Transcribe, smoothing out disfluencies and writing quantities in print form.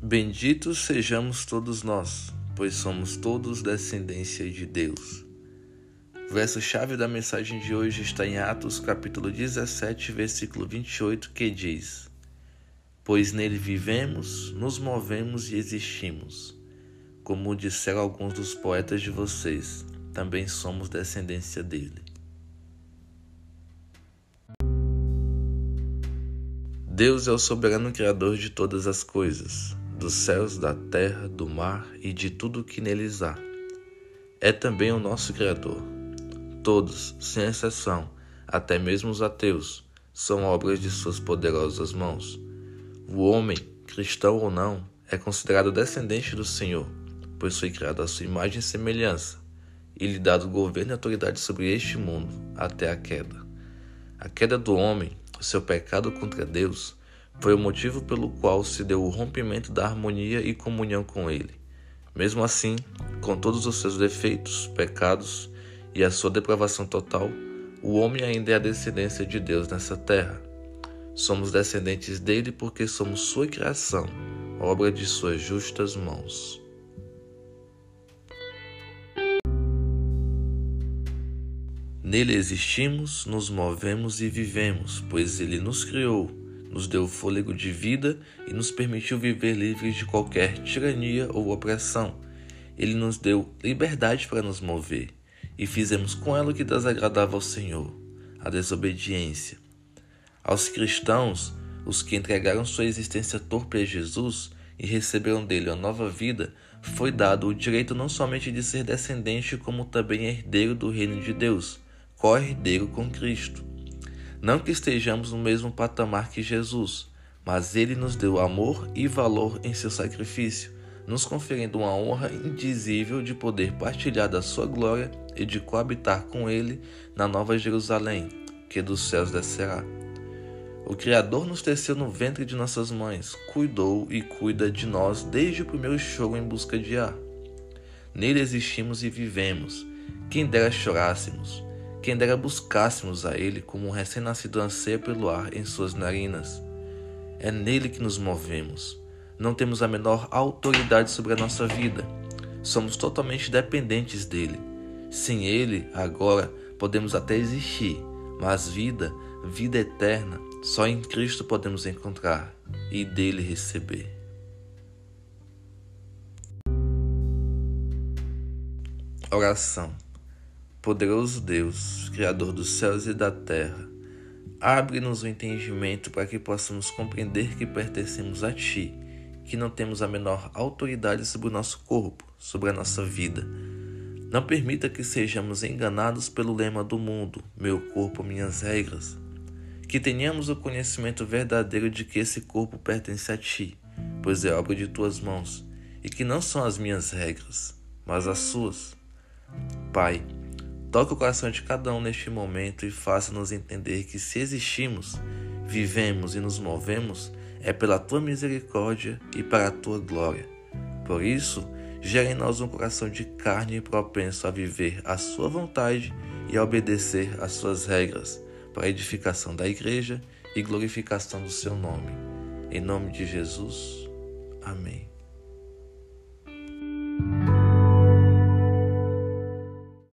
Benditos sejamos todos nós, pois somos todos descendência de Deus. O verso-chave da mensagem de hoje está em Atos capítulo 17, versículo 28, que diz: Pois nele vivemos, nos movemos e existimos. Como disseram alguns dos poetas de vocês, também somos descendência dele. Deus é o soberano Criador de todas as coisas, dos céus, da terra, do mar e de tudo o que neles há. É também o nosso Criador. Todos, sem exceção, até mesmo os ateus, são obras de suas poderosas mãos. O homem, cristão ou não, é considerado descendente do Senhor, pois foi criado à sua imagem e semelhança, e lhe dado governo e autoridade sobre este mundo, até a queda. A queda do homem, o seu pecado contra Deus, foi o motivo pelo qual se deu o rompimento da harmonia e comunhão com Ele. Mesmo assim, com todos os seus defeitos, pecados e a sua depravação total, o homem ainda é a descendência de Deus nessa terra. Somos descendentes dele porque somos sua criação, obra de suas justas mãos. Nele existimos, nos movemos e vivemos, pois ele nos criou, nos deu fôlego de vida e nos permitiu viver livres de qualquer tirania ou opressão. Ele nos deu liberdade para nos mover, e fizemos com ela o que desagradava ao Senhor, a desobediência. Aos cristãos, os que entregaram sua existência torpe a Jesus e receberam dele a nova vida, foi dado o direito não somente de ser descendente, como também herdeiro do reino de Deus, co-herdeiro com Cristo. Não que estejamos no mesmo patamar que Jesus, mas ele nos deu amor e valor em seu sacrifício, nos conferindo uma honra indizível de poder partilhar da sua glória e de coabitar com ele na nova Jerusalém, que dos céus descerá. O Criador nos teceu no ventre de nossas mães, cuidou e cuida de nós desde o primeiro choro em busca de ar. Nele existimos e vivemos. Quem dera chorássemos, quem dera buscássemos a Ele como um recém-nascido anseia pelo ar em suas narinas. É nele que nos movemos. Não temos a menor autoridade sobre a nossa vida. Somos totalmente dependentes dele. Sem ele, agora, podemos até existir, mas vida eterna, só em Cristo podemos encontrar e dele receber. Oração. Poderoso Deus, Criador dos céus e da terra, abre-nos o entendimento para que possamos compreender que pertencemos a Ti, que não temos a menor autoridade sobre o nosso corpo, sobre a nossa vida. Não permita que sejamos enganados pelo lema do mundo, meu corpo, minhas regras. Que tenhamos o conhecimento verdadeiro de que esse corpo pertence a Ti, pois é obra de Tuas mãos, e que não são as minhas regras, mas as Suas. Pai, toque o coração de cada um neste momento e faça-nos entender que se existimos, vivemos e nos movemos, é pela Tua misericórdia e para a Tua glória. Por isso, gera em nós um coração de carne propenso a viver a Sua vontade e a obedecer às Suas regras, para a edificação da Igreja e glorificação do Seu nome. Em nome de Jesus. Amém.